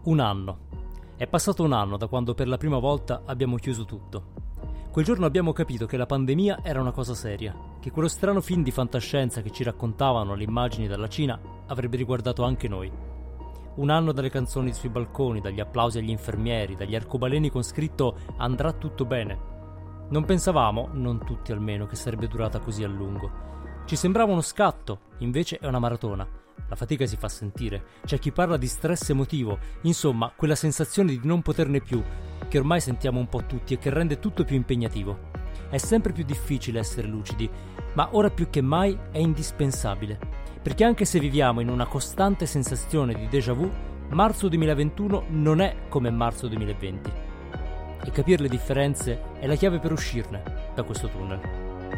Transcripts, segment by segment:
Un anno. È passato un anno da quando per la prima volta abbiamo chiuso tutto. Quel giorno abbiamo capito che la pandemia era una cosa seria, che quello strano film di fantascienza che ci raccontavano le immagini dalla Cina avrebbe riguardato anche noi. Un anno dalle canzoni sui balconi, dagli applausi agli infermieri, dagli arcobaleni con scritto "andrà tutto bene". Non pensavamo, non tutti almeno, che sarebbe durata così a lungo. Ci sembrava uno scatto, invece è una maratona. La fatica si fa sentire, c'è chi parla di stress emotivo, insomma, quella sensazione di non poterne più, che ormai sentiamo un po' tutti e che rende tutto più impegnativo. È sempre più difficile essere lucidi, ma ora più che mai è indispensabile. Perché anche se viviamo in una costante sensazione di déjà vu, marzo 2021 non è come marzo 2020. E capire le differenze è la chiave per uscirne da questo tunnel.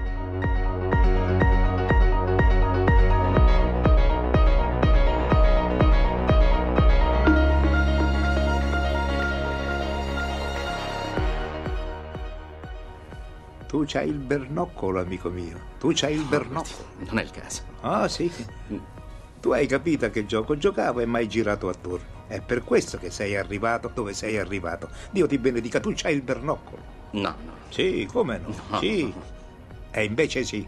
Tu c'hai il bernoccolo, amico mio. Tu c'hai il bernoccolo. Non è il caso. Ah, sì. Tu hai capito a che gioco giocavo e mai girato attorno. È per questo che sei arrivato dove sei arrivato. Dio ti benedica, tu c'hai il bernoccolo. No. Sì, come no? No. Sì. E invece sì.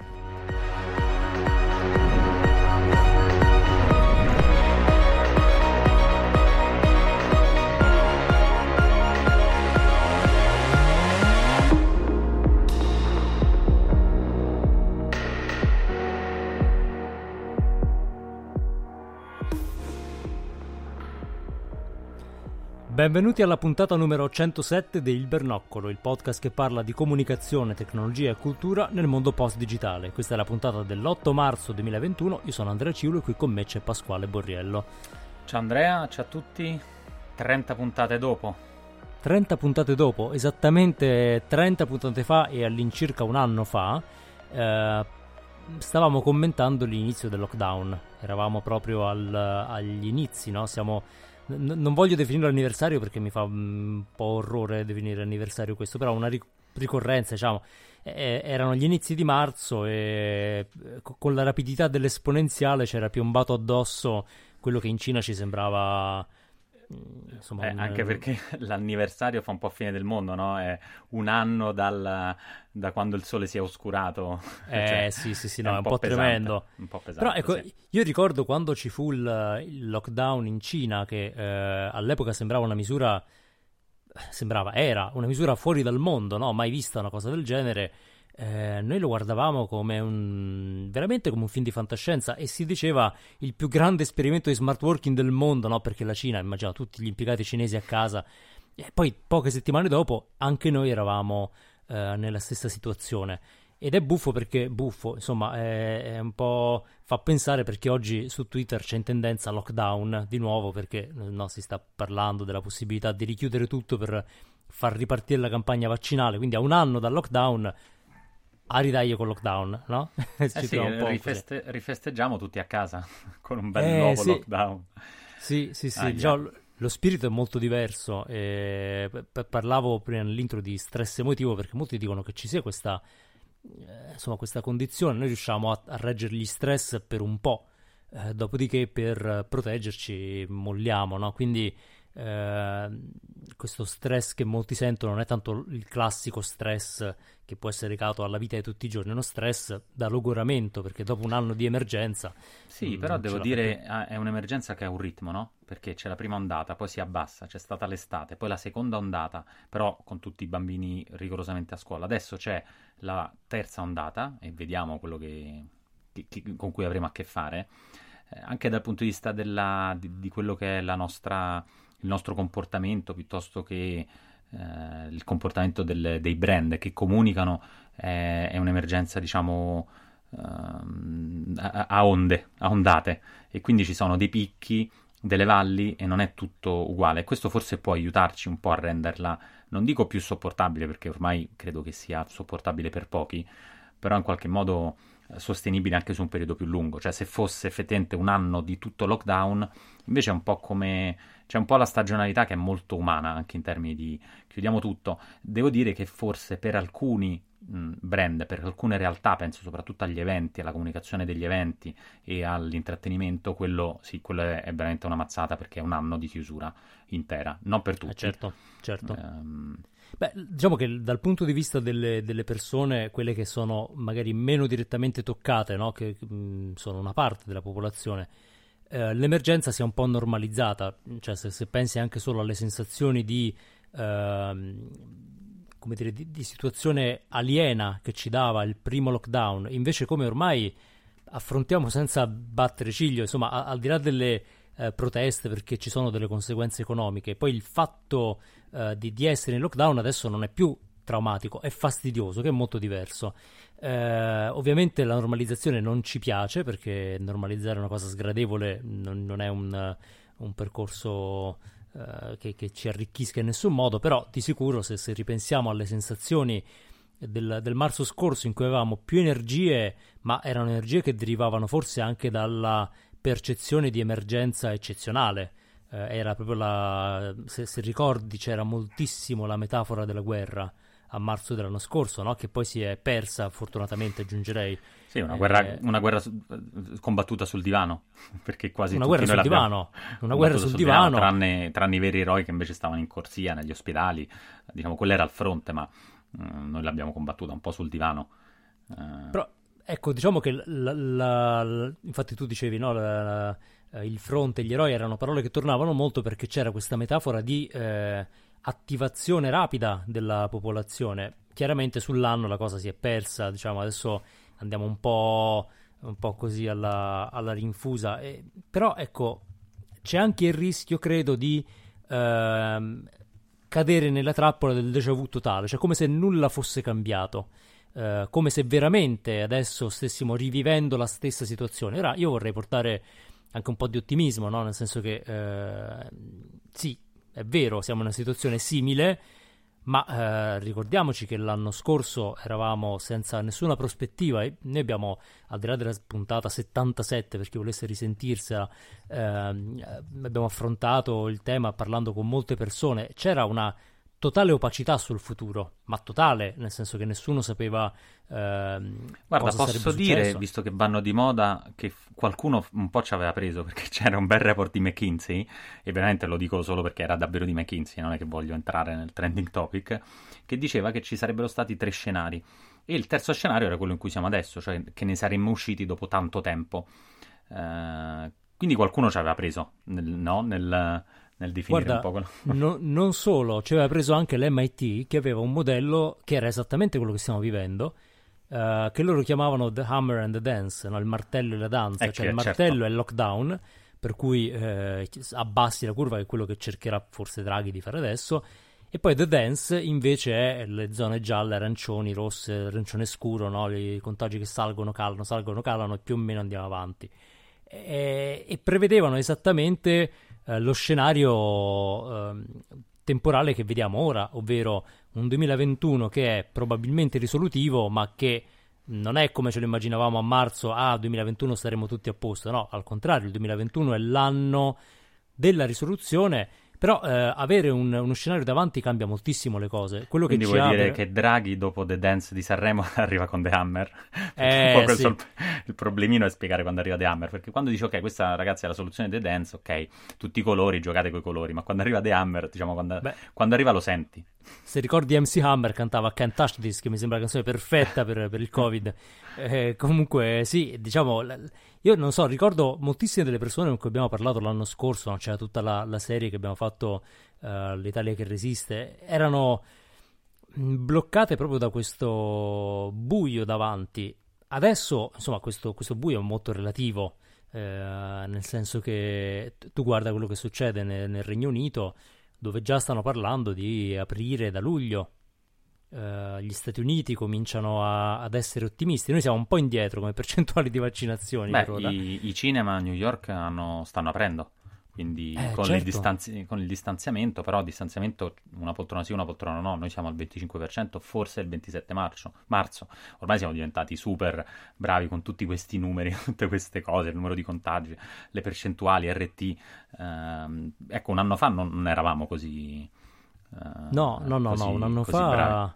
Benvenuti alla puntata numero 107 di Il Bernoccolo, il podcast che parla di comunicazione, tecnologia e cultura nel mondo post-digitale. Questa è la puntata dell'8 marzo 2021, io sono Andrea Ciulo e qui con me c'è Pasquale Borriello. Ciao Andrea, ciao a tutti, 30 puntate dopo. 30 puntate dopo, esattamente 30 puntate fa e all'incirca un anno fa, stavamo commentando l'inizio del lockdown, eravamo proprio agli inizi, no? Non voglio definirlo anniversario perché mi fa un po' orrore definire anniversario questo, però una ricorrenza, diciamo. Erano gli inizi di marzo e con la rapidità dell'esponenziale c'era piombato addosso quello che in Cina ci sembrava... Insomma, anche perché l'anniversario fa un po' fine del mondo, no? È un anno da quando il sole si è oscurato. Sì, no, è un po' tremendo. Un po' pesante, però ecco, sì. Io ricordo quando ci fu il lockdown in Cina, che all'epoca sembrava una misura... Era una misura fuori dal mondo, no? Mai vista una cosa del genere. Noi lo guardavamo come veramente come un film di fantascienza e si diceva il più grande esperimento di smart working del mondo, no? Perché la Cina, immagino tutti gli impiegati cinesi a casa, e poi poche settimane dopo anche noi eravamo nella stessa situazione. Ed è buffo perché insomma, è un po' fa pensare, perché oggi su Twitter c'è in tendenza lockdown di nuovo, perché no, si sta parlando della possibilità di richiudere tutto per far ripartire la campagna vaccinale, quindi a un anno dal lockdown a ridaglio col lockdown, no? Sì, rifesteggiamo tutti a casa con un bel nuovo lockdown. Sì, già, lo spirito è molto diverso. Parlavo prima nell'intro di stress emotivo, perché molti dicono che ci sia questa condizione, noi riusciamo a reggere gli stress per un po', dopodiché per proteggerci molliamo, no? Quindi questo stress che molti sentono non è tanto il classico stress che può essere legato alla vita di tutti i giorni, è uno stress da logoramento, perché dopo un anno di emergenza... Sì, però devo dire, è un'emergenza che ha un ritmo, no? Perché c'è la prima ondata, poi si abbassa, c'è stata l'estate, poi la seconda ondata, però con tutti i bambini rigorosamente a scuola. Adesso c'è la terza ondata e vediamo quello con cui avremo a che fare, anche dal punto di vista di quello che è il nostro comportamento, piuttosto che il comportamento dei brand che comunicano. È un'emergenza, diciamo, a ondate, e quindi ci sono dei picchi, delle valli, e non è tutto uguale. Questo forse può aiutarci un po' a renderla, non dico più sopportabile, perché ormai credo che sia sopportabile per pochi, però in qualche modo sostenibile anche su un periodo più lungo. Cioè, se fosse effettivamente un anno di tutto lockdown, invece è un po' come... c'è un po' la stagionalità che è molto umana, anche in termini di chiudiamo tutto. Devo dire che forse per alcuni brand, per alcune realtà, penso soprattutto agli eventi, alla comunicazione degli eventi e all'intrattenimento, quello è veramente una mazzata, perché è un anno di chiusura intera, non per tutti. Certo. Beh, diciamo che dal punto di vista delle persone, quelle che sono magari meno direttamente toccate, no? Che sono una parte della popolazione, l'emergenza si è un po' normalizzata, cioè se pensi anche solo alle sensazioni di come dire, di situazione aliena che ci dava il primo lockdown, invece come ormai affrontiamo senza battere ciglio, insomma, al di là delle proteste, perché ci sono delle conseguenze economiche, poi il fatto di essere in lockdown adesso non è più traumatico, è fastidioso, che è molto diverso. Ovviamente la normalizzazione non ci piace, perché normalizzare una cosa sgradevole non è un percorso che ci arricchisca in nessun modo, però di sicuro se ripensiamo alle sensazioni del marzo scorso, in cui avevamo più energie, ma erano energie che derivavano forse anche dalla percezione di emergenza eccezionale, era proprio se ricordi, c'era moltissimo la metafora della guerra a marzo dell'anno scorso, no? Che poi si è persa, fortunatamente, aggiungerei. Sì, una guerra combattuta sul divano, perché quasi una tutti guerra noi sul divano, una guerra sul divano, tranne i veri eroi che invece stavano in corsia, negli ospedali, diciamo, quello era il fronte, ma noi l'abbiamo combattuta un po' sul divano. Però, ecco, diciamo che infatti tu dicevi, no, il fronte, gli eroi erano parole che tornavano molto, perché c'era questa metafora di attivazione rapida della popolazione. Chiaramente sull'anno la cosa si è persa, diciamo, adesso andiamo un po' così alla rinfusa, però ecco, c'è anche il rischio, credo, di cadere nella trappola del déjà vu totale, cioè come se nulla fosse cambiato, come se veramente adesso stessimo rivivendo la stessa situazione. Ora io vorrei portare anche un po' di ottimismo, no? Nel senso che sì, è vero, siamo in una situazione simile, ma ricordiamoci che l'anno scorso eravamo senza nessuna prospettiva, e noi abbiamo, al di là della puntata 77, per chi volesse risentirsela, abbiamo affrontato il tema parlando con molte persone. C'era una totale opacità sul futuro, ma totale, nel senso che nessuno sapeva guarda, cosa posso sarebbe dire, successo. visto che vanno di moda, che qualcuno un po' ci aveva preso, perché c'era un bel report di McKinsey, e veramente lo dico solo perché era davvero di McKinsey, non è che voglio entrare nel trending topic, che diceva che ci sarebbero stati 3 scenari, e il terzo scenario era quello in cui siamo adesso, cioè che ne saremmo usciti dopo tanto tempo. Quindi qualcuno ci aveva preso nel definire. Guarda, un po' quello. non solo, ci aveva preso anche l'MIT, che aveva un modello che era esattamente quello che stiamo vivendo, che loro chiamavano The Hammer and the Dance, no? Il martello e la danza, cioè il martello certo. è il lockdown, per cui abbassi la curva, che è quello che cercherà forse Draghi di fare adesso, e poi The Dance invece è le zone gialle, arancioni, rosse, arancione scuro, no? I contagi che salgono, calano, e più o meno andiamo avanti. E prevedevano esattamente lo scenario temporale che vediamo ora, ovvero un 2021 che è probabilmente risolutivo, ma che non è come ce lo immaginavamo a marzo, 2021 staremo tutti a posto, no, al contrario, il 2021 è l'anno della risoluzione. Però avere uno scenario davanti cambia moltissimo le cose. Quello Quindi che vuoi dire che Draghi dopo The Dance di Sanremo arriva con The Hammer? Un po' questo sì. il problemino è spiegare quando arriva The Hammer, perché quando dici ok, questa ragazzi è la soluzione di The Dance, ok, tutti i colori, giocate coi colori, ma quando arriva The Hammer, diciamo, quando arriva lo senti. Se ricordi MC Hammer cantava Can't Touch This, che mi sembra la canzone perfetta per il Covid. Comunque sì, diciamo, io non so, ricordo moltissime delle persone con cui abbiamo parlato l'anno scorso, no? C'era tutta la serie che abbiamo fatto, l'Italia che resiste, erano bloccate proprio da questo buio davanti. Adesso, insomma, questo buio è molto relativo, nel senso che tu guarda quello che succede nel Regno Unito, dove già stanno parlando di aprire da luglio. Gli Stati Uniti cominciano ad essere ottimisti. Noi siamo un po' indietro come percentuali di vaccinazioni. Beh, per ora. I cinema a New York stanno aprendo, quindi con certo. con il distanziamento, però distanziamento una poltrona sì, una poltrona no, noi siamo al 25%, forse il 27 marzo. Ormai siamo diventati super bravi con tutti questi numeri, tutte queste cose, il numero di contagi, le percentuali, RT. Ecco, un anno fa non eravamo così... No, un anno così fa. bravi.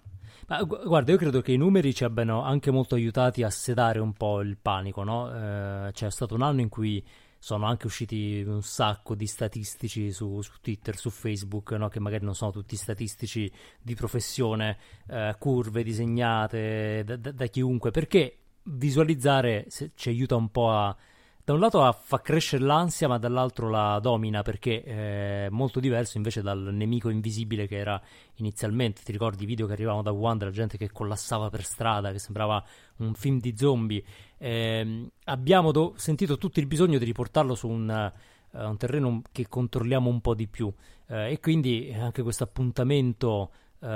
Ma guarda, io credo che i numeri ci abbiano anche molto aiutati a sedare un po' il panico, no? C'è stato un anno in cui sono anche usciti un sacco di statistici su Twitter, su Facebook, no? Che magari non sono tutti statistici di professione, curve disegnate da chiunque, perché visualizzare ci aiuta un po' da un lato a fa crescere l'ansia, ma dall'altro la domina, perché è molto diverso invece dal nemico invisibile che era inizialmente. Ti ricordi i video che arrivavano da Wuhan della gente che collassava per strada, che sembrava un film di zombie? Abbiamo sentito tutto il bisogno di riportarlo su un terreno che controlliamo un po' di più, e quindi anche questo appuntamento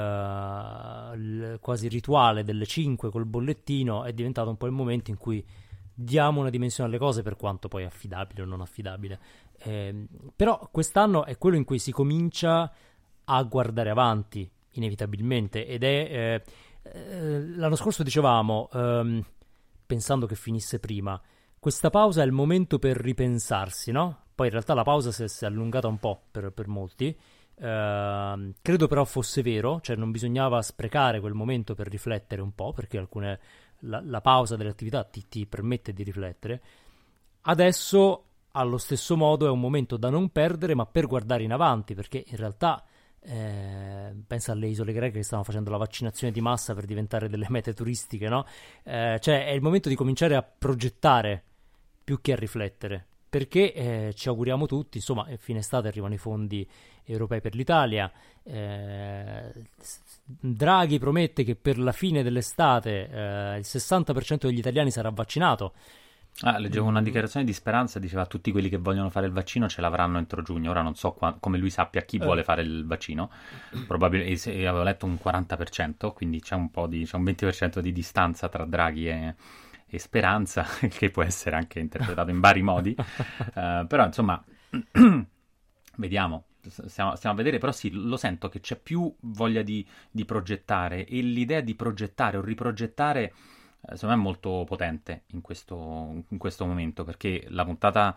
quasi rituale delle 5 col bollettino è diventato un po' il momento in cui diamo una dimensione alle cose, per quanto poi affidabile o non affidabile. Però quest'anno è quello in cui si comincia a guardare avanti inevitabilmente, ed è l'anno scorso dicevamo, pensando che finisse prima, questa pausa è il momento per ripensarsi, no? Poi in realtà la pausa si è allungata un po' per molti. Credo però fosse vero, cioè non bisognava sprecare quel momento per riflettere un po', perché la pausa delle attività ti permette di riflettere. Adesso allo stesso modo è un momento da non perdere, ma per guardare in avanti, perché in realtà pensa alle isole greche che stanno facendo la vaccinazione di massa per diventare delle mete turistiche, no? Cioè è il momento di cominciare a progettare più che a riflettere, perché ci auguriamo tutti, insomma, a fine estate arrivano i fondi europei per l'Italia. Draghi promette che per la fine dell'estate il 60% degli italiani sarà vaccinato. Leggevo una dichiarazione di speranza, diceva tutti quelli che vogliono fare il vaccino ce l'avranno entro giugno. Ora non so come lui sappia chi vuole fare il vaccino, probabilmente avevo letto un 40%, quindi c'è un 20% di distanza tra Draghi e Speranza, che può essere anche interpretato in vari modi. Però insomma vediamo, stiamo a vedere. Però sì, lo sento che c'è più voglia di progettare, e l'idea di progettare o riprogettare secondo me è molto potente in questo momento, perché la puntata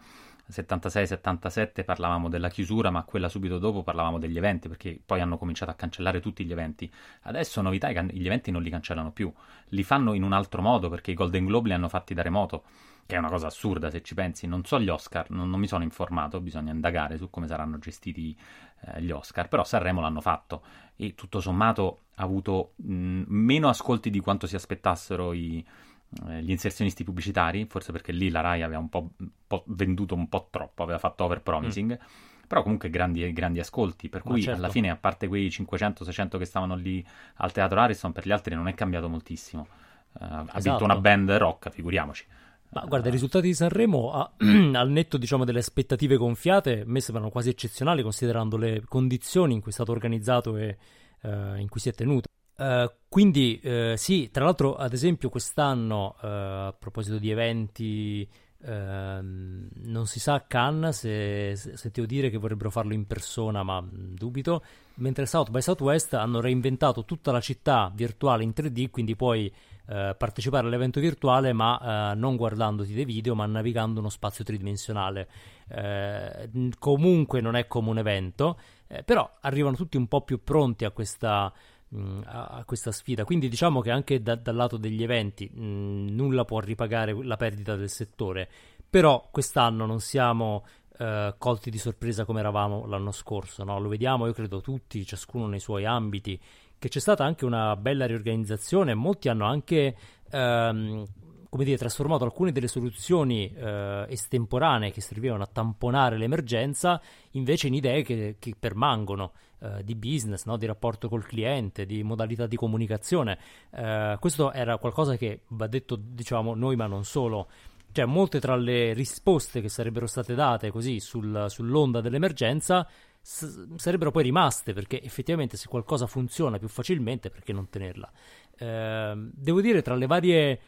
76-77 parlavamo della chiusura, ma quella subito dopo parlavamo degli eventi, perché poi hanno cominciato a cancellare tutti gli eventi. Adesso novità, gli eventi non li cancellano più, li fanno in un altro modo, perché i Golden Globe li hanno fatti da remoto, che è una cosa assurda se ci pensi. Non so gli Oscar, non mi sono informato, bisogna indagare su come saranno gestiti gli Oscar, però Sanremo l'hanno fatto e tutto sommato ha avuto meno ascolti di quanto si aspettassero gli inserzionisti pubblicitari, forse perché lì la Rai aveva un po' venduto un po' troppo, aveva fatto overpromising, però comunque grandi ascolti, per cui certo, alla fine, a parte quei 500-600 che stavano lì al Teatro Ariston, per gli altri non è cambiato moltissimo. Ha vinto una band rock, figuriamoci. Ma guarda, i risultati di Sanremo, al netto diciamo delle aspettative gonfiate, a me sembrano quasi eccezionali, considerando le condizioni in cui è stato organizzato e in cui si è tenuto. Quindi sì, tra l'altro ad esempio quest'anno, a proposito di eventi, non si sa a Cannes, se sentivo dire che vorrebbero farlo in persona, ma dubito, mentre South by Southwest hanno reinventato tutta la città virtuale in 3D, quindi puoi partecipare all'evento virtuale ma non guardandoti dei video, ma navigando uno spazio tridimensionale. Comunque non è come un evento, però arrivano tutti un po' più pronti a questa sfida, quindi diciamo che anche dal lato degli eventi nulla può ripagare la perdita del settore, però quest'anno non siamo colti di sorpresa come eravamo l'anno scorso, no? Lo vediamo, io credo tutti, ciascuno nei suoi ambiti, che c'è stata anche una bella riorganizzazione. Molti hanno anche trasformato alcune delle soluzioni estemporanee che servivano a tamponare l'emergenza invece in idee che permangono, di business, no? Di rapporto col cliente, di modalità di comunicazione. Questo era qualcosa che va detto, diciamo, noi, ma non solo. Cioè, molte tra le risposte che sarebbero state date così sull'onda dell'emergenza sarebbero poi rimaste, perché effettivamente se qualcosa funziona più facilmente, perché non tenerla? Devo dire, tra le varie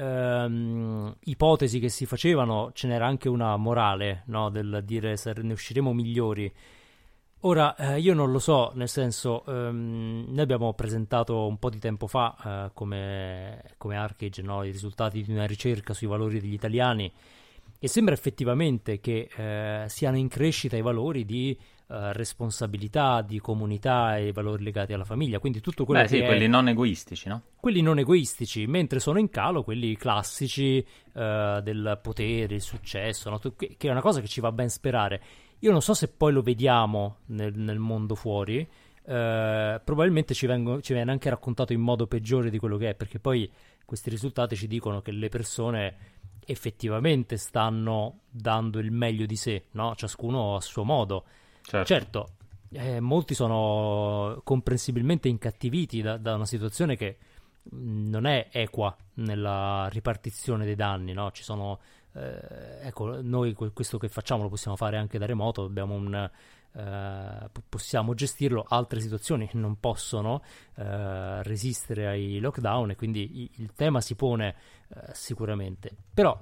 ipotesi che si facevano ce n'era anche una morale, no? Del dire se ne usciremo migliori. Ora, io non lo so, nel senso, noi abbiamo presentato un po' di tempo fa come Arcade, no? I risultati di una ricerca sui valori degli italiani, e sembra effettivamente che siano in crescita i valori di responsabilità, di comunità e valori legati alla famiglia, quindi tutto quello che è... quelli non egoistici, no? Quelli non egoistici, mentre sono in calo quelli classici del potere, il successo, no? Che è una cosa che ci fa ben sperare. Io non so se poi lo vediamo nel mondo fuori, probabilmente ci viene anche raccontato in modo peggiore di quello che è, perché poi questi risultati ci dicono che le persone effettivamente stanno dando il meglio di sé, no? Ciascuno a suo modo. Certo, molti sono comprensibilmente incattiviti da una situazione che non è equa nella ripartizione dei danni, no? Ci sono, ecco, noi questo che facciamo lo possiamo fare anche da remoto, abbiamo possiamo gestirlo, altre situazioni non possono resistere ai lockdown, e quindi il tema si pone sicuramente. Però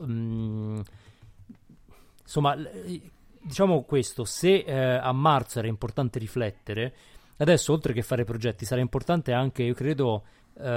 insomma, diciamo questo, se a marzo era importante riflettere, adesso oltre che fare progetti sarà importante anche, io credo,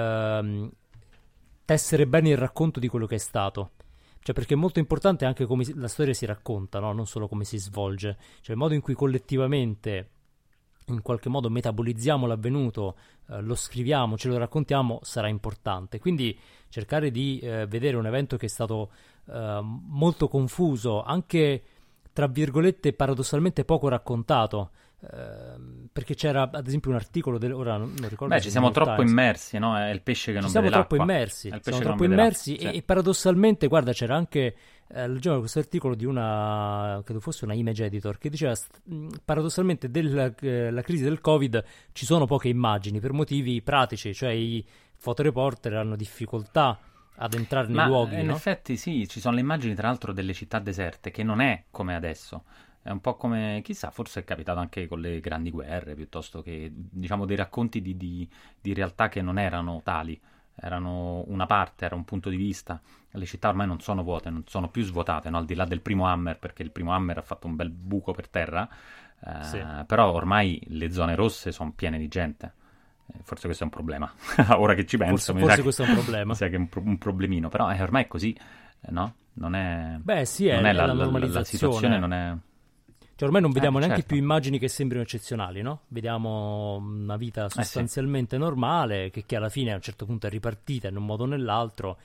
tessere bene il racconto di quello che è stato. Cioè, perché è molto importante anche come la storia si racconta, no? Non solo come si svolge. Cioè, il modo in cui collettivamente, in qualche modo, metabolizziamo l'avvenuto, lo scriviamo, ce lo raccontiamo, sarà importante. Quindi cercare di vedere un evento che è stato molto confuso, anche, tra virgolette, paradossalmente poco raccontato. Perché c'era ad esempio un articolo ora non ricordo, ci siamo troppo immersi, no? È il pesce che non vede l'acqua. Siamo troppo immersi e paradossalmente, guarda, c'era anche leggevo questo articolo di una, credo fosse una image editor, che diceva paradossalmente della crisi del Covid ci sono poche immagini per motivi pratici, cioè i fotoreporter hanno difficoltà ad entrare nei luoghi, in no? effetti sì, ci sono le immagini tra l'altro delle città deserte, che non è come adesso. È un po' come, chissà, forse è capitato anche con le grandi guerre, piuttosto che, diciamo, dei racconti di realtà che non erano tali, erano una parte, era un punto di vista. Le città ormai non sono vuote, non sono più svuotate, no? Al di là del primo Hammer, perché il primo Hammer ha fatto un bel buco per terra, Sì. però ormai le zone rosse sono piene di gente. Forse questo è un problema, ora che ci penso. Forse questo è un problema. Mi sa che è un problemino, però ormai è così, no? Non è... Beh sì, non è la normalizzazione. La situazione non è... Cioè, ormai non vediamo neanche certo. più immagini che sembrino eccezionali, no? Vediamo una vita sostanzialmente normale, che alla fine a un certo punto è ripartita in un modo o nell'altro.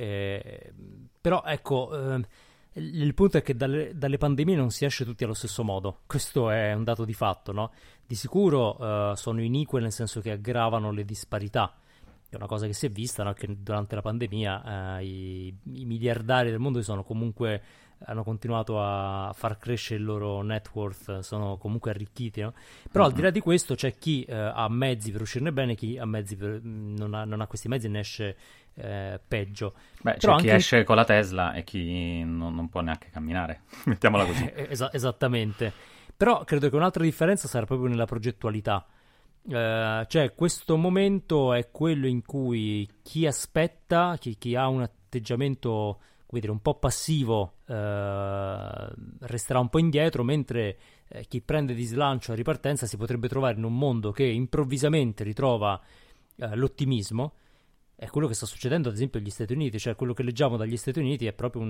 Però ecco, il punto è che dalle pandemie non si esce tutti allo stesso modo. Questo è un dato di fatto, no? Di sicuro sono inique, nel senso che aggravano le disparità. È una cosa che si è vista, no? Che durante la pandemia i miliardari del mondo hanno continuato a far crescere il loro net worth, sono comunque arricchiti, no? Però al di là di questo c'è chi ha mezzi per uscirne bene, chi ha mezzi non ha questi mezzi e ne esce peggio. Beh, però c'è chi esce con la Tesla e chi non può neanche camminare, mettiamola così. Esattamente. Però credo che un'altra differenza sarà proprio nella progettualità. Cioè, questo momento è quello in cui chi aspetta, chi ha un atteggiamento, come dire, un po' passivo, resterà un po' indietro, mentre chi prende di slancio a ripartenza si potrebbe trovare in un mondo che improvvisamente ritrova l'ottimismo. È quello che sta succedendo ad esempio agli Stati Uniti, cioè quello che leggiamo dagli Stati Uniti è proprio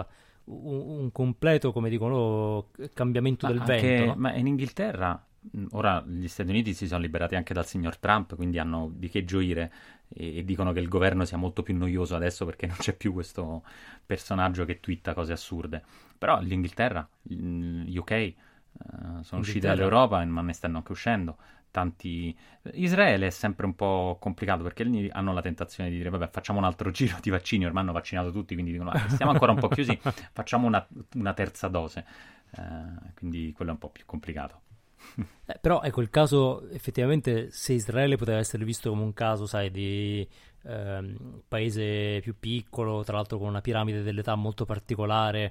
un completo, come dicono, cambiamento del vento, no? Ma in Inghilterra ora gli Stati Uniti si sono liberati anche dal signor Trump, quindi hanno di che gioire, e dicono che il governo sia molto più noioso adesso perché non c'è più questo personaggio che twitta cose assurde. Però l'Inghilterra, UK sono usciti dall'Europa ma ne stanno anche uscendo. Israele è sempre un po' complicato perché lì hanno la tentazione di dire vabbè, facciamo un altro giro di vaccini, ormai hanno vaccinato tutti, quindi dicono stiamo ancora un po' chiusi, facciamo una terza dose, quindi quello è un po' più complicato. Però ecco, il caso effettivamente, se Israele poteva essere visto come un caso, sai, di paese più piccolo, tra l'altro con una piramide dell'età molto particolare,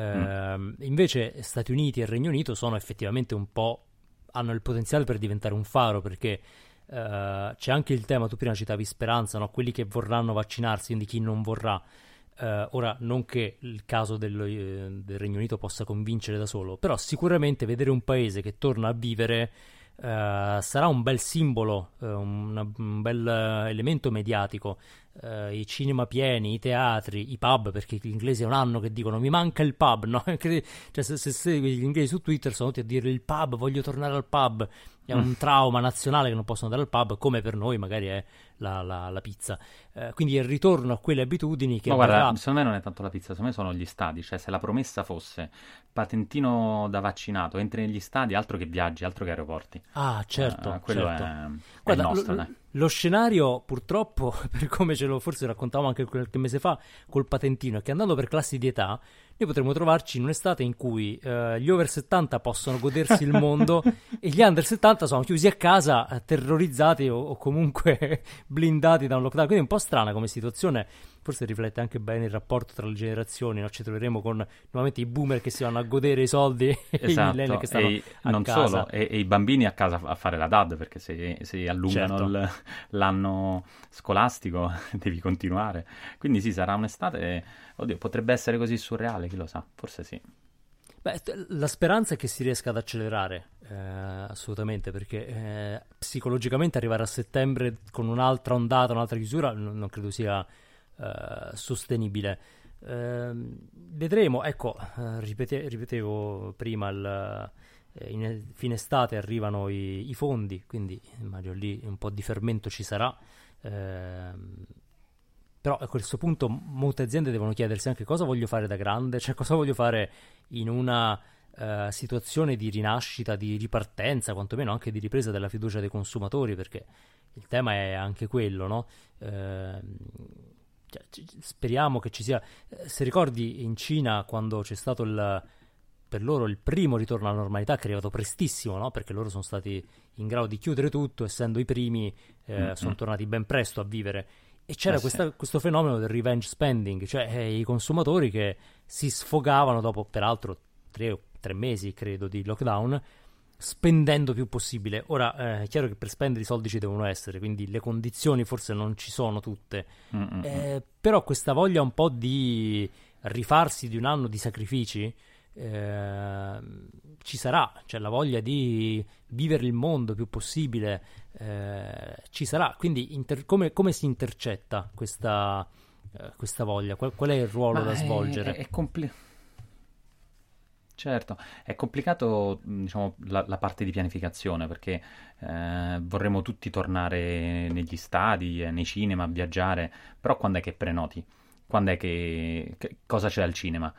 invece Stati Uniti e Regno Unito sono effettivamente un po', hanno il potenziale per diventare un faro, perché c'è anche il tema, tu prima citavi Speranza, no? Quelli che vorranno vaccinarsi, quindi chi non vorrà. Ora, non che il caso del Regno Unito possa convincere da solo, però sicuramente vedere un paese che torna a vivere sarà un bel simbolo, un bel elemento mediatico, i cinema pieni, i teatri, i pub, perché gli inglesi è un anno che dicono mi manca il pub, no? Cioè se segui gli inglesi su Twitter sono tutti a dire il pub, voglio tornare al pub, è un trauma nazionale che non possono andare al pub, come per noi magari è la pizza. Quindi il ritorno a quelle abitudini che... Ma guarda, secondo me non è tanto la pizza, secondo me sono gli stadi, cioè se la promessa fosse patentino da vaccinato, entri negli stadi, altro che viaggi, altro che aeroporti. Ah, certo, quello certo. È Guarda, il nostro, dai. Lo scenario, purtroppo, per come ce lo forse raccontavamo anche qualche mese fa col patentino, è che andando per classi di età noi potremmo trovarci in un'estate in cui gli over 70 possono godersi il mondo e gli under 70 sono chiusi a casa, terrorizzati o comunque blindati da un lockdown. Quindi è un po' strana come situazione, forse riflette anche bene il rapporto tra le generazioni, no? Ci troveremo con nuovamente i boomer che si vanno a godere i soldi e i millennial che stanno a non casa. Solo, e i bambini a casa a fare la DAD, perché se allungano l'anno scolastico devi continuare. Quindi sì, sarà un'estate, oddio, potrebbe essere così surreale, chi lo sa, forse sì. Beh, la speranza è che si riesca ad accelerare, assolutamente, perché psicologicamente arrivare a settembre con un'altra ondata, un'altra chiusura, non credo sia sostenibile. Vedremo, ecco, ripetevo prima, fine estate arrivano i fondi, quindi immagino lì un po' di fermento ci sarà. Però a questo punto molte aziende devono chiedersi anche cosa voglio fare da grande, cioè cosa voglio fare in una situazione di rinascita, di ripartenza, quantomeno anche di ripresa della fiducia dei consumatori, perché il tema è anche quello, no? Speriamo che ci sia... Se ricordi in Cina quando c'è stato per loro il primo ritorno alla normalità, che è arrivato prestissimo, no? Perché loro sono stati in grado di chiudere tutto, essendo i primi, sono tornati ben presto a vivere. E c'era questo fenomeno del revenge spending, cioè i consumatori che si sfogavano dopo, peraltro, 3 mesi, credo, di lockdown, spendendo più possibile. Ora, è chiaro che per spendere i soldi ci devono essere, quindi le condizioni forse non ci sono tutte. Però questa voglia un po' di rifarsi di un anno di sacrifici ci sarà, cioè la voglia di vivere il mondo più possibile ci sarà, quindi come si intercetta questa voglia? Qual è il ruolo da svolgere? Certo, è complicato, diciamo, la parte di pianificazione, perché vorremmo tutti tornare negli stadi, nei cinema, a viaggiare, però quando è che prenoti? Quando è che cosa c'è al cinema?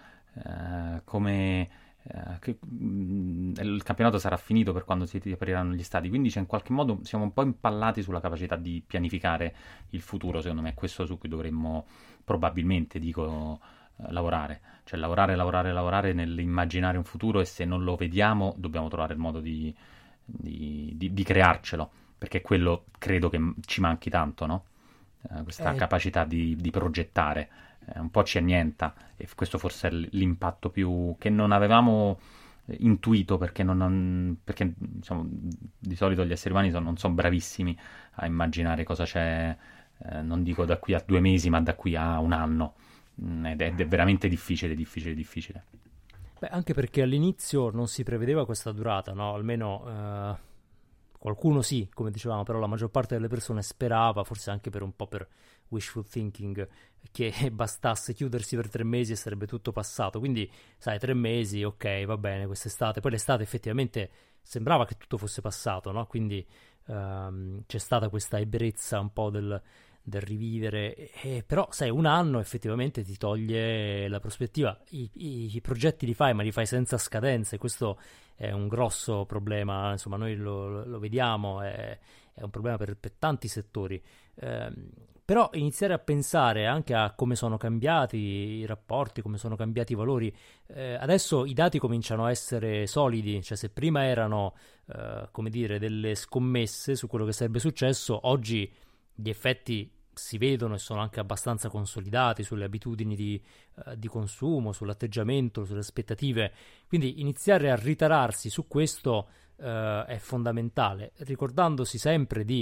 Il campionato sarà finito per quando si apriranno gli stadi, quindi in qualche modo siamo un po' impallati sulla capacità di pianificare il futuro. Secondo me è questo su cui dovremmo probabilmente, lavorare, cioè lavorare nell'immaginare un futuro, e se non lo vediamo dobbiamo trovare il modo di crearcelo, perché quello credo che ci manchi tanto, no? Questa capacità di progettare. Un po' ci annienta, e questo forse è l'impatto più che non avevamo intuito, perché diciamo, di solito gli esseri umani non sono bravissimi a immaginare cosa c'è, non dico da qui a 2 mesi, ma da qui a un anno, ed è veramente difficile. Beh, anche perché all'inizio non si prevedeva questa durata, no? Almeno qualcuno sì, come dicevamo, però la maggior parte delle persone sperava, forse anche per un po' per wishful thinking, che bastasse chiudersi per 3 mesi e sarebbe tutto passato. Quindi, sai, 3 mesi, ok, va bene, quest'estate. Poi l'estate effettivamente sembrava che tutto fosse passato, no? Quindi c'è stata questa ebbrezza un po' del rivivere, però sai, un anno effettivamente ti toglie la prospettiva. I progetti li fai, ma li fai senza scadenze, questo è un grosso problema, insomma noi lo vediamo, è un problema per tanti settori, però iniziare a pensare anche a come sono cambiati i rapporti, come sono cambiati i valori. Adesso i dati cominciano a essere solidi, cioè se prima erano come dire delle scommesse su quello che sarebbe successo, oggi gli effetti si vedono e sono anche abbastanza consolidati sulle abitudini di consumo, sull'atteggiamento, sulle aspettative. Quindi iniziare a ritararsi su questo è fondamentale, ricordandosi sempre di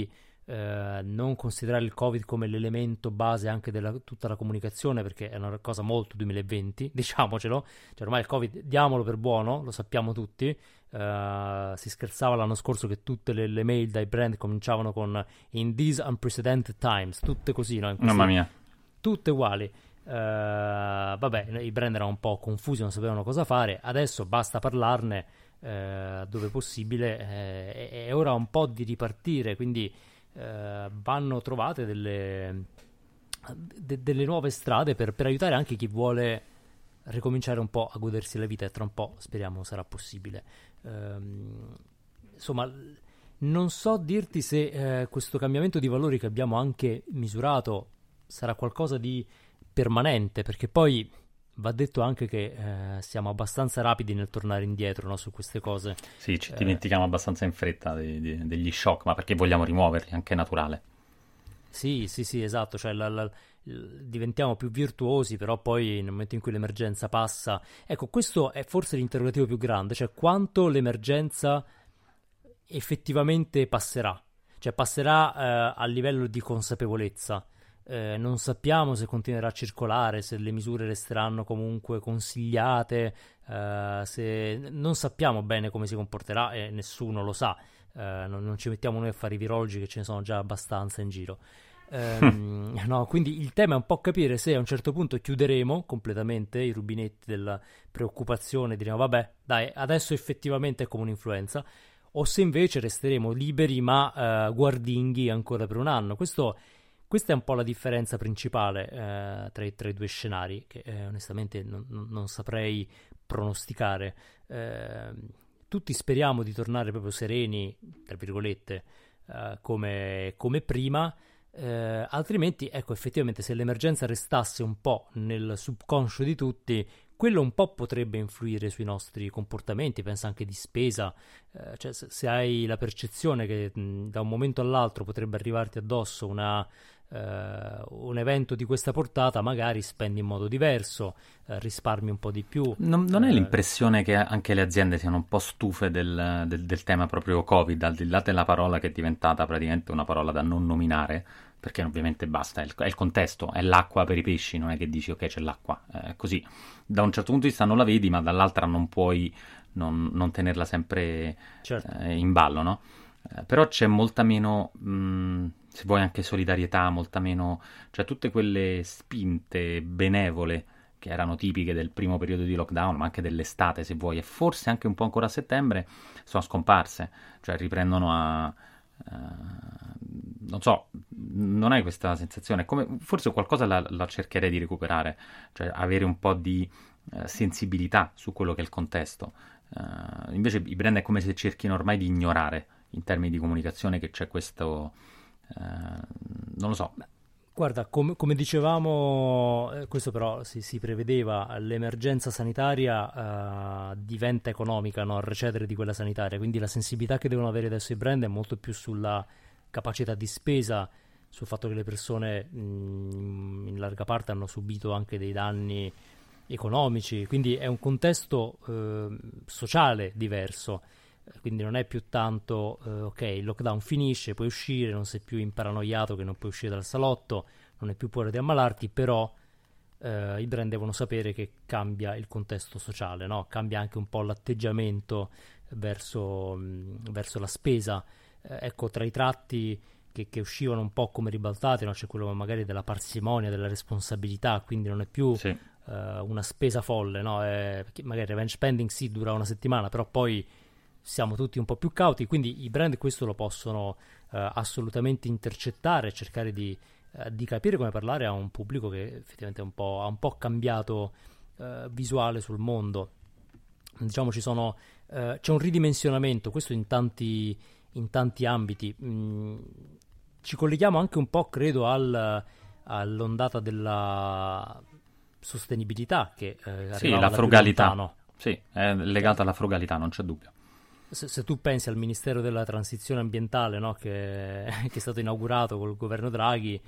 non considerare il Covid come l'elemento base anche della tutta la comunicazione, perché è una cosa molto 2020, diciamocelo, cioè ormai il Covid diamolo per buono, lo sappiamo tutti. Si scherzava l'anno scorso che tutte le mail dai brand cominciavano con "in these unprecedented times", tutte così, no? Mamma mia, tutte uguali. Vabbè, i brand erano un po' confusi, non sapevano cosa fare. Adesso basta parlarne dove possibile. È ora un po' di ripartire, quindi vanno trovate delle nuove strade per aiutare anche chi vuole ricominciare un po' a godersi la vita, e tra un po' speriamo sarà possibile. Insomma, non so dirti se questo cambiamento di valori che abbiamo anche misurato sarà qualcosa di permanente, perché poi va detto anche che siamo abbastanza rapidi nel tornare indietro, no, su queste cose. Sì, ci dimentichiamo abbastanza in fretta degli shock, ma perché vogliamo rimuoverli, anche è naturale. Sì, esatto, cioè diventiamo più virtuosi, però poi nel momento in cui l'emergenza passa, ecco, questo è forse l'interrogativo più grande, cioè quanto l'emergenza effettivamente passerà, cioè passerà a livello di consapevolezza. Non sappiamo se continuerà a circolare, se le misure resteranno comunque consigliate, non sappiamo bene come si comporterà e nessuno lo sa. Non ci mettiamo noi a fare i virologi, che ce ne sono già abbastanza in giro. No, quindi il tema è un po' capire se a un certo punto chiuderemo completamente i rubinetti della preoccupazione, diremo vabbè dai, adesso effettivamente è come un'influenza, o se invece resteremo liberi ma guardinghi ancora per un anno. Questa è un po' la differenza principale tra i due scenari, che onestamente non saprei pronosticare. Tutti speriamo di tornare proprio sereni, tra virgolette, come prima, altrimenti, ecco, effettivamente se l'emergenza restasse un po' nel subconscio di tutti, quello un po' potrebbe influire sui nostri comportamenti, pensa anche di spesa, cioè se hai la percezione che da un momento all'altro potrebbe arrivarti addosso un evento di questa portata, magari spendi in modo diverso, risparmi un po' di più. Non è l'impressione che anche le aziende siano un po' stufe del tema proprio Covid, al di là della parola che è diventata praticamente una parola da non nominare, perché ovviamente basta, è il contesto, è l'acqua per i pesci, non è che dici ok c'è l'acqua, è così. Da un certo punto di vista non la vedi, ma dall'altra non puoi non tenerla sempre certo. In ballo, no? Però c'è molta meno, se vuoi anche solidarietà, molta meno, cioè tutte quelle spinte benevole che erano tipiche del primo periodo di lockdown, ma anche dell'estate se vuoi, e forse anche un po' ancora a settembre, sono scomparse, cioè riprendono non so, non hai questa sensazione? Forse qualcosa la cercherei di recuperare, cioè avere un po' di sensibilità su quello che è il contesto. Invece i brand è come se cerchino ormai di ignorare in termini di comunicazione che c'è questo, non lo so. Guarda, come dicevamo, questo però si prevedeva, l'emergenza sanitaria diventa economica, no? Al recedere di quella sanitaria, quindi la sensibilità che devono avere adesso i brand è molto più sulla capacità di spesa, sul fatto che le persone in larga parte hanno subito anche dei danni economici, quindi è un contesto sociale diverso. Quindi non è più tanto ok, il lockdown finisce, puoi uscire, non sei più imparanoiato che non puoi uscire dal salotto, non hai più paura di ammalarti, però i brand devono sapere che cambia il contesto sociale, no? Cambia anche un po' l'atteggiamento verso la spesa. Ecco, tra i tratti che uscivano un po' come ribaltati, no? C'è quello magari della parsimonia, della responsabilità, quindi non è più una spesa folle, no? Magari revenge spending sì, dura una settimana, però poi siamo tutti un po' più cauti, quindi i brand questo lo possono assolutamente intercettare, cercare di capire come parlare a un pubblico che effettivamente ha un po' cambiato visuale sul mondo. Diciamo c'è un ridimensionamento, questo in tanti ambiti. Ci colleghiamo anche un po', credo, all'ondata della sostenibilità che sì, la frugalità. Sì, è legata alla frugalità, non c'è dubbio. Se tu pensi al Ministero della Transizione Ambientale, no, che è stato inaugurato col governo Draghi,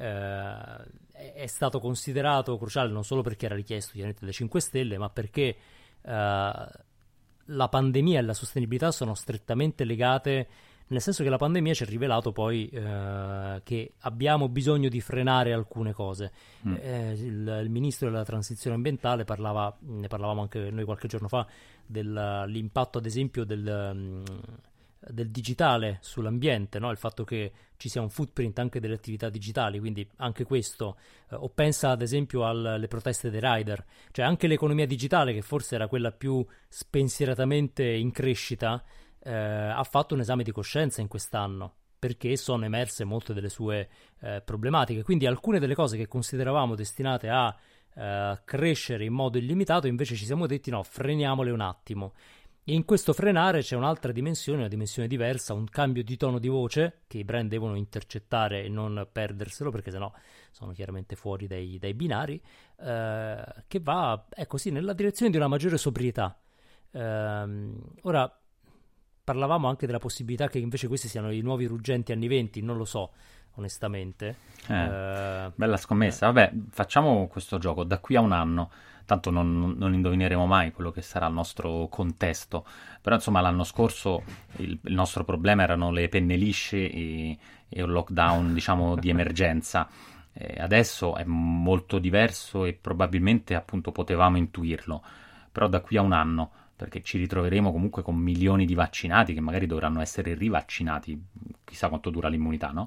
è stato considerato cruciale non solo perché era richiesto chiaramente dai 5 Stelle, ma perché la pandemia e la sostenibilità sono strettamente legate nel senso che la pandemia ci ha rivelato poi che abbiamo bisogno di frenare alcune cose. Il ministro della transizione ambientale ne parlavamo anche noi qualche giorno fa, dell'impatto ad esempio del digitale sull'ambiente, no? Il fatto che ci sia un footprint anche delle attività digitali, quindi anche questo, o pensa ad esempio alle proteste dei rider, cioè anche l'economia digitale, che forse era quella più spensieratamente in crescita, ha fatto un esame di coscienza in quest'anno, perché sono emerse molte delle sue problematiche, quindi alcune delle cose che consideravamo destinate a crescere in modo illimitato, invece ci siamo detti no, freniamole un attimo. E in questo frenare c'è un'altra dimensione, una dimensione diversa, un cambio di tono di voce che i brand devono intercettare e non perderselo, perché sennò sono chiaramente fuori dai binari, che va, così, nella direzione di una maggiore sobrietà. Ora, parlavamo anche della possibilità che invece questi siano i nuovi ruggenti anni 20, non lo so, onestamente. Bella scommessa. Vabbè, facciamo questo gioco da qui a un anno. Tanto non indovineremo mai quello che sarà il nostro contesto, però insomma l'anno scorso il nostro problema erano le penne lisce e un lockdown, diciamo, di emergenza. Adesso è molto diverso e probabilmente appunto potevamo intuirlo, però da qui a un anno, perché ci ritroveremo comunque con milioni di vaccinati che magari dovranno essere rivaccinati, chissà quanto dura l'immunità, no?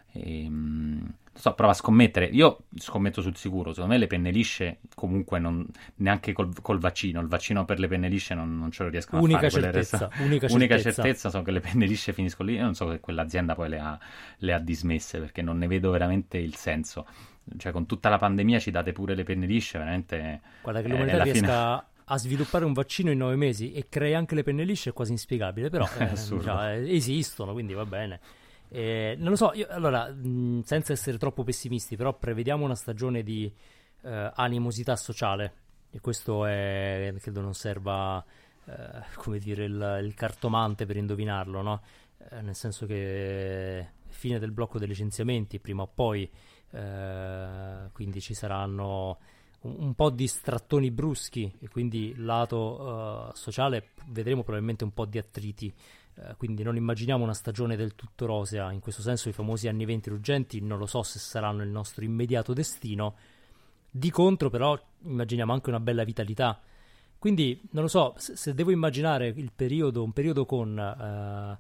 Prova a scommettere. Io scommetto sul sicuro. Secondo me le penne lisce comunque neanche col vaccino. Il vaccino per le penne lisce non ce lo riescono a fare. Unica certezza so che le penne lisce finiscono lì. Io non so che quell'azienda poi le ha dismesse, perché non ne vedo veramente il senso. Cioè, con tutta la pandemia ci date pure le penne lisce, veramente. Guarda, che l'umanità riesca a sviluppare un vaccino in 9 mesi e crei anche le penne lisce è quasi inspiegabile, però esistono, quindi va bene. Non lo so, io allora, senza essere troppo pessimisti, però prevediamo una stagione di animosità sociale, e questo credo non serva come dire il cartomante per indovinarlo, no? Nel senso che fine del blocco dei licenziamenti prima o poi, quindi ci saranno un po' di strattoni bruschi, e quindi lato sociale vedremo probabilmente un po' di attriti. Quindi non immaginiamo una stagione del tutto rosea. In questo senso i famosi anni 20 ruggenti non lo so se saranno il nostro immediato destino. Di contro però immaginiamo anche una bella vitalità. Quindi non lo so, se devo immaginare un periodo con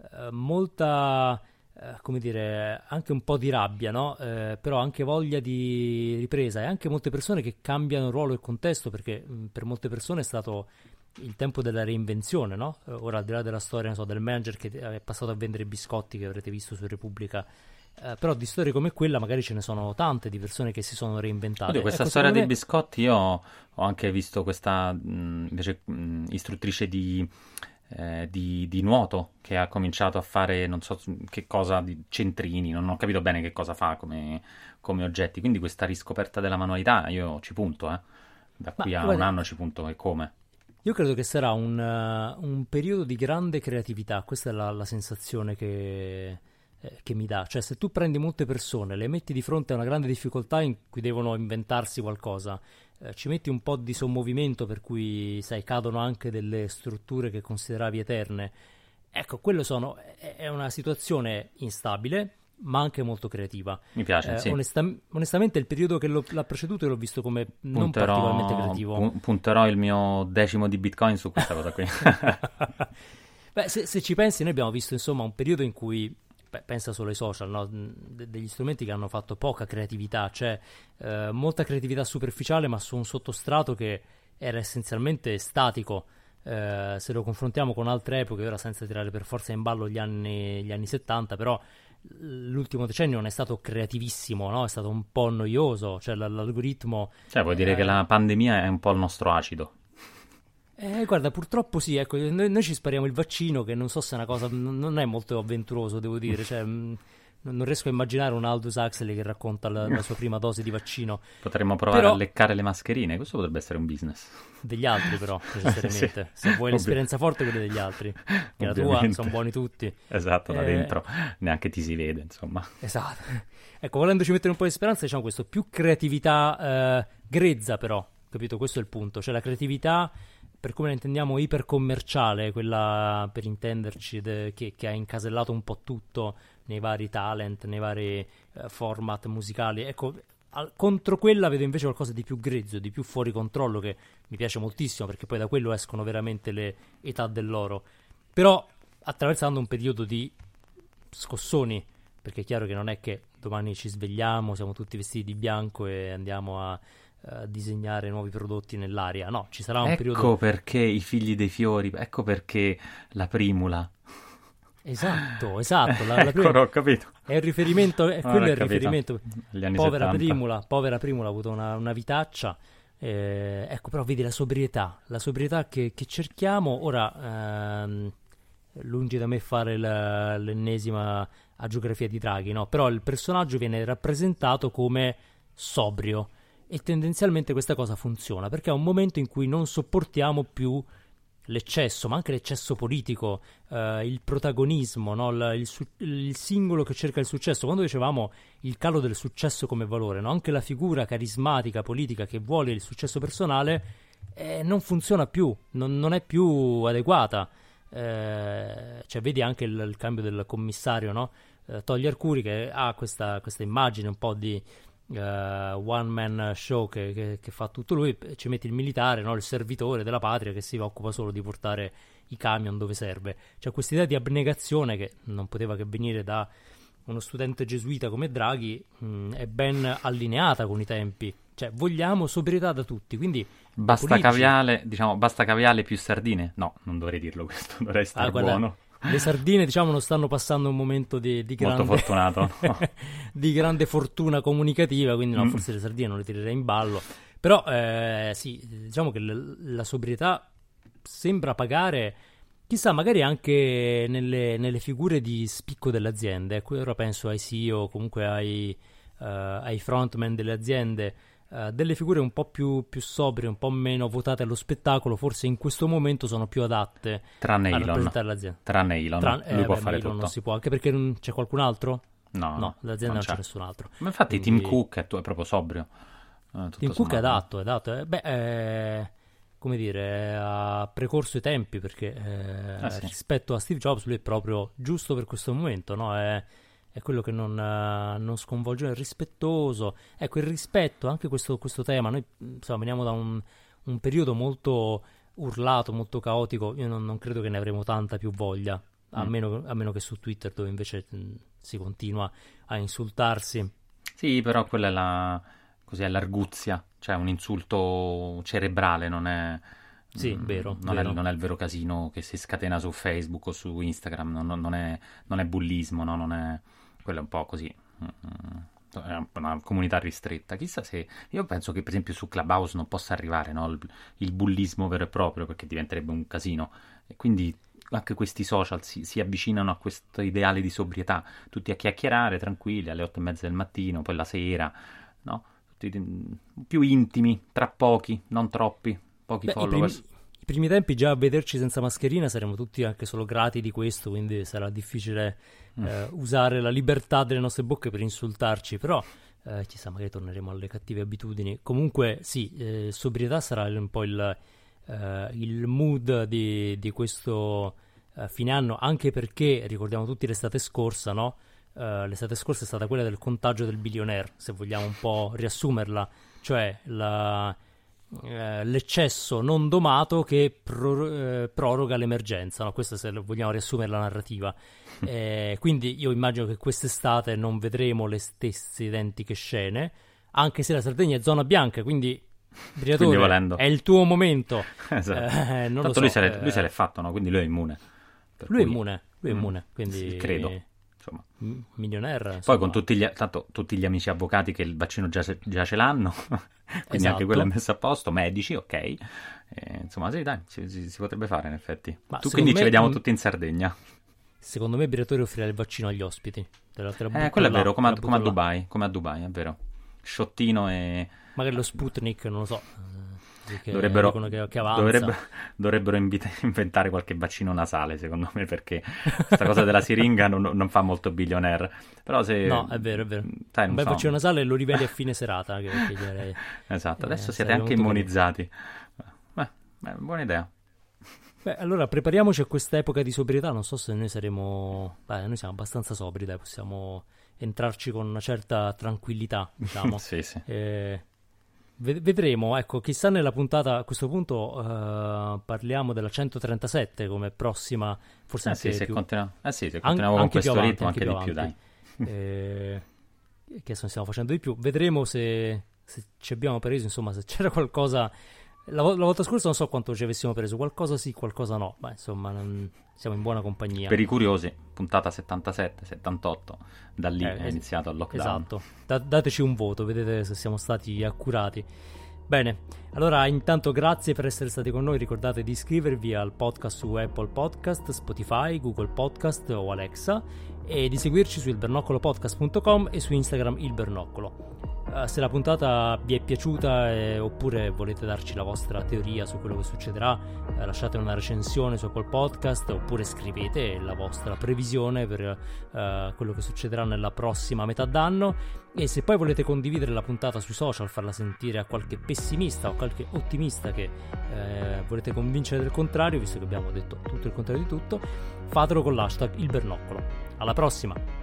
molta, come dire, anche un po' di rabbia, no? Però anche voglia di ripresa, e anche molte persone che cambiano ruolo e contesto, perché per molte persone è stato il tempo della reinvenzione, no? Ora, al di là della storia, non so, del manager che è passato a vendere biscotti, che avrete visto su Repubblica, però di storie come quella magari ce ne sono tante, di persone che si sono reinventate. Oddio, questa storia dei biscotti, io ho anche visto questa invece istruttrice di nuoto che ha cominciato a fare non so che cosa, di centrini, non ho capito bene che cosa fa come oggetti, quindi questa riscoperta della manualità io ci punto, da qui a un anno ci punto, e come. Io credo che sarà un periodo di grande creatività, questa è la sensazione che mi dà. Cioè, se tu prendi molte persone, le metti di fronte a una grande difficoltà in cui devono inventarsi qualcosa, ci metti un po' di sommovimento per cui, sai, cadono anche delle strutture che consideravi eterne. Ecco, è una situazione instabile, ma anche molto creativa. Mi piace, sì. Onestamente il periodo che l'ha preceduto l'ho visto come non particolarmente creativo. Punterò il mio 10° di Bitcoin su questa cosa qui. Beh, se ci pensi, noi abbiamo visto insomma un periodo in cui, pensa solo ai social, no? Degli strumenti che hanno fatto poca creatività, cioè molta creatività superficiale, ma su un sottostrato che era essenzialmente statico. Se lo confrontiamo con altre epoche, ora senza tirare per forza in ballo gli anni 70, però l'ultimo decennio non è stato creativissimo, no? È stato un po' noioso, cioè l'algoritmo... Cioè, vuoi dire che la pandemia è un po' il nostro acido? Guarda, purtroppo sì, ecco, noi ci spariamo il vaccino, che non so se è una cosa, non è molto avventuroso, devo dire, cioè... Non riesco a immaginare un Aldous Huxley che racconta la sua prima dose di vaccino. Potremmo provare a leccare le mascherine, questo potrebbe essere un business. Degli altri però, necessariamente. Sì, se vuoi l'esperienza forte, quelle degli altri. Che la tua, sono buoni tutti. Esatto, da dentro neanche ti si vede, insomma. Esatto. Ecco, volendoci mettere un po' di speranza, diciamo questo, più creatività grezza però, capito? Questo è il punto. Cioè la creatività per come la intendiamo ipercommerciale, quella per intenderci che ha incasellato un po' tutto nei vari talent, nei vari format musicali. Ecco, contro quella vedo invece qualcosa di più grezzo, di più fuori controllo, che mi piace moltissimo, perché poi da quello escono veramente le età dell'oro. Però attraversando un periodo di scossoni, perché è chiaro che non è che domani ci svegliamo, siamo tutti vestiti di bianco e andiamo a disegnare nuovi prodotti nell'aria. No, ci sarà un periodo... Ecco perché i figli dei fiori, ecco perché la primula. Esatto, Ecco, ho capito. è il riferimento, quello è il capito. riferimento. Gli anni Povera 70. Primula ha avuto una vitaccia. Ecco, però vedi la sobrietà che cerchiamo. Ora, lungi da me fare l'ennesima agiografia di Draghi, no? Però il personaggio viene rappresentato come sobrio, e tendenzialmente questa cosa funziona, perché è un momento in cui non sopportiamo più l'eccesso, ma anche l'eccesso politico, il protagonismo, no? Il singolo che cerca il successo. Quando dicevamo il calo del successo come valore, no? Anche la figura carismatica politica che vuole il successo personale non funziona più, non è più adeguata. Cioè vedi anche il cambio del commissario, no? Togli Arcuri, che ha questa immagine un po' di one man show che fa tutto lui, ci metti il militare, no? Il servitore della patria che si occupa solo di portare i camion dove serve. C'è questa idea di abnegazione che non poteva che venire da uno studente gesuita come Draghi, è ben allineata con i tempi. Cioè vogliamo sobrietà da tutti, quindi basta caviale più sardine. No, non dovrei dirlo questo, dovrei stare buono. Le sardine, diciamo, non stanno passando un momento di grande... Molto fortunato, no? di grande fortuna comunicativa, quindi no, forse le sardine non le tirerei in ballo. Però sì, diciamo che la sobrietà sembra pagare, chissà, magari anche nelle figure di spicco delle aziende. Ora penso ai CEO, comunque ai frontman delle aziende, delle figure un po' più sobrie, un po' meno votate allo spettacolo, forse in questo momento sono più adatte a rappresentare l'azienda. Tranne Elon, lui può fare tutto. Non si può, anche perché c'è qualcun altro? No, l'azienda non c'è nessun altro. Ma infatti Tim Cook è proprio sobrio. Tim Cook è adatto. Come dire, ha precorso i tempi, perché sì. rispetto a Steve Jobs lui è proprio giusto per questo momento, no? È quello che non sconvolge, è rispettoso. Ecco, il rispetto, anche questo tema. Noi insomma veniamo da un periodo molto urlato, molto caotico. Io non credo che ne avremo tanta più voglia, a meno che su Twitter, dove invece si continua a insultarsi. Sì, però quella è l'arguzia, cioè un insulto cerebrale, non è... Sì, vero. Non è il vero casino che si scatena su Facebook o su Instagram, non è bullismo, no? Non è... Quello è un po' così, è una comunità ristretta. Chissà se... Io penso che per esempio su Clubhouse non possa arrivare, no? Il bullismo vero e proprio, perché diventerebbe un casino. E quindi anche questi social si avvicinano a questo ideale di sobrietà, tutti a chiacchierare tranquilli alle 8:30 del mattino, poi la sera, no? Tutti più intimi, tra pochi, non troppi, pochi followers. I primi tempi già a vederci senza mascherina saremo tutti anche solo grati di questo, quindi sarà difficile usare la libertà delle nostre bocche per insultarci, però chissà, magari torneremo alle cattive abitudini. Comunque sì, sobrietà sarà un po' il mood di questo fine anno, anche perché ricordiamo tutti l'estate scorsa, no? L'estate scorsa è stata quella del contagio del billionaire, se vogliamo un po' riassumerla, cioè l'eccesso non domato che proroga l'emergenza, no? Questo, se vogliamo riassumere la narrativa. Quindi io immagino che quest'estate non vedremo le stesse identiche scene, anche se la Sardegna è zona bianca, quindi Briatore, è il tuo momento. Esatto. Non Tanto lo so, lui se l'è fatto, no? Quindi lui è immune. Lui è immune, quindi sì, credo. Insomma. Milionaire. Poi con tutti gli amici avvocati che il vaccino già ce l'hanno, quindi esatto. Anche quello è messo a posto, medici, ok. Insomma, sì, dai, si potrebbe fare in effetti. Quindi ci vediamo tutti in Sardegna. Secondo me Briatore offrirà il vaccino agli ospiti. Quello è vero, come a Dubai, è vero. Sciottino e... Magari lo Sputnik, non lo so. Dovrebbero inventare qualche vaccino nasale, secondo me, perché questa cosa della siringa non fa molto billionaire. Però se... No, è vero. Dai, un bel vaccino nasale lo riveli a fine serata. Esatto, adesso siete anche immunizzati. Buona idea. Beh, allora prepariamoci a questa epoca di sobrietà. Non so se noi saremo... Beh, noi siamo abbastanza sobri, dai, possiamo entrarci con una certa tranquillità, diciamo. Sì, sì. Vedremo, ecco, chissà nella puntata, a questo punto parliamo della 137 come prossima, forse anche se più... se continuiamo con questo avanti, ritmo, anche di più, dai. Che adesso ne stiamo facendo di più. Vedremo se ci abbiamo preso, insomma, se c'era qualcosa... La volta scorsa non so quanto ci avessimo preso, qualcosa sì, qualcosa no, ma insomma siamo in buona compagnia. Per i curiosi, puntata 77, 78, da lì è iniziato il lockdown. Esatto, dateci un voto, vedete se siamo stati accurati. Bene, allora intanto grazie per essere stati con noi, ricordate di iscrivervi al podcast su Apple Podcast, Spotify, Google Podcast o Alexa e di seguirci su ilbernoccolopodcast.com e su Instagram ilbernoccolo. Se la puntata vi è piaciuta oppure volete darci la vostra teoria su quello che succederà, lasciate una recensione su Apple Podcast oppure scrivete la vostra previsione per quello che succederà nella prossima metà d'anno. E se poi volete condividere la puntata sui social, farla sentire a qualche pessimista o qualche ottimista che volete convincere del contrario, visto che abbiamo detto tutto il contrario di tutto, fatelo con l'hashtag ilbernoccolo. Alla prossima!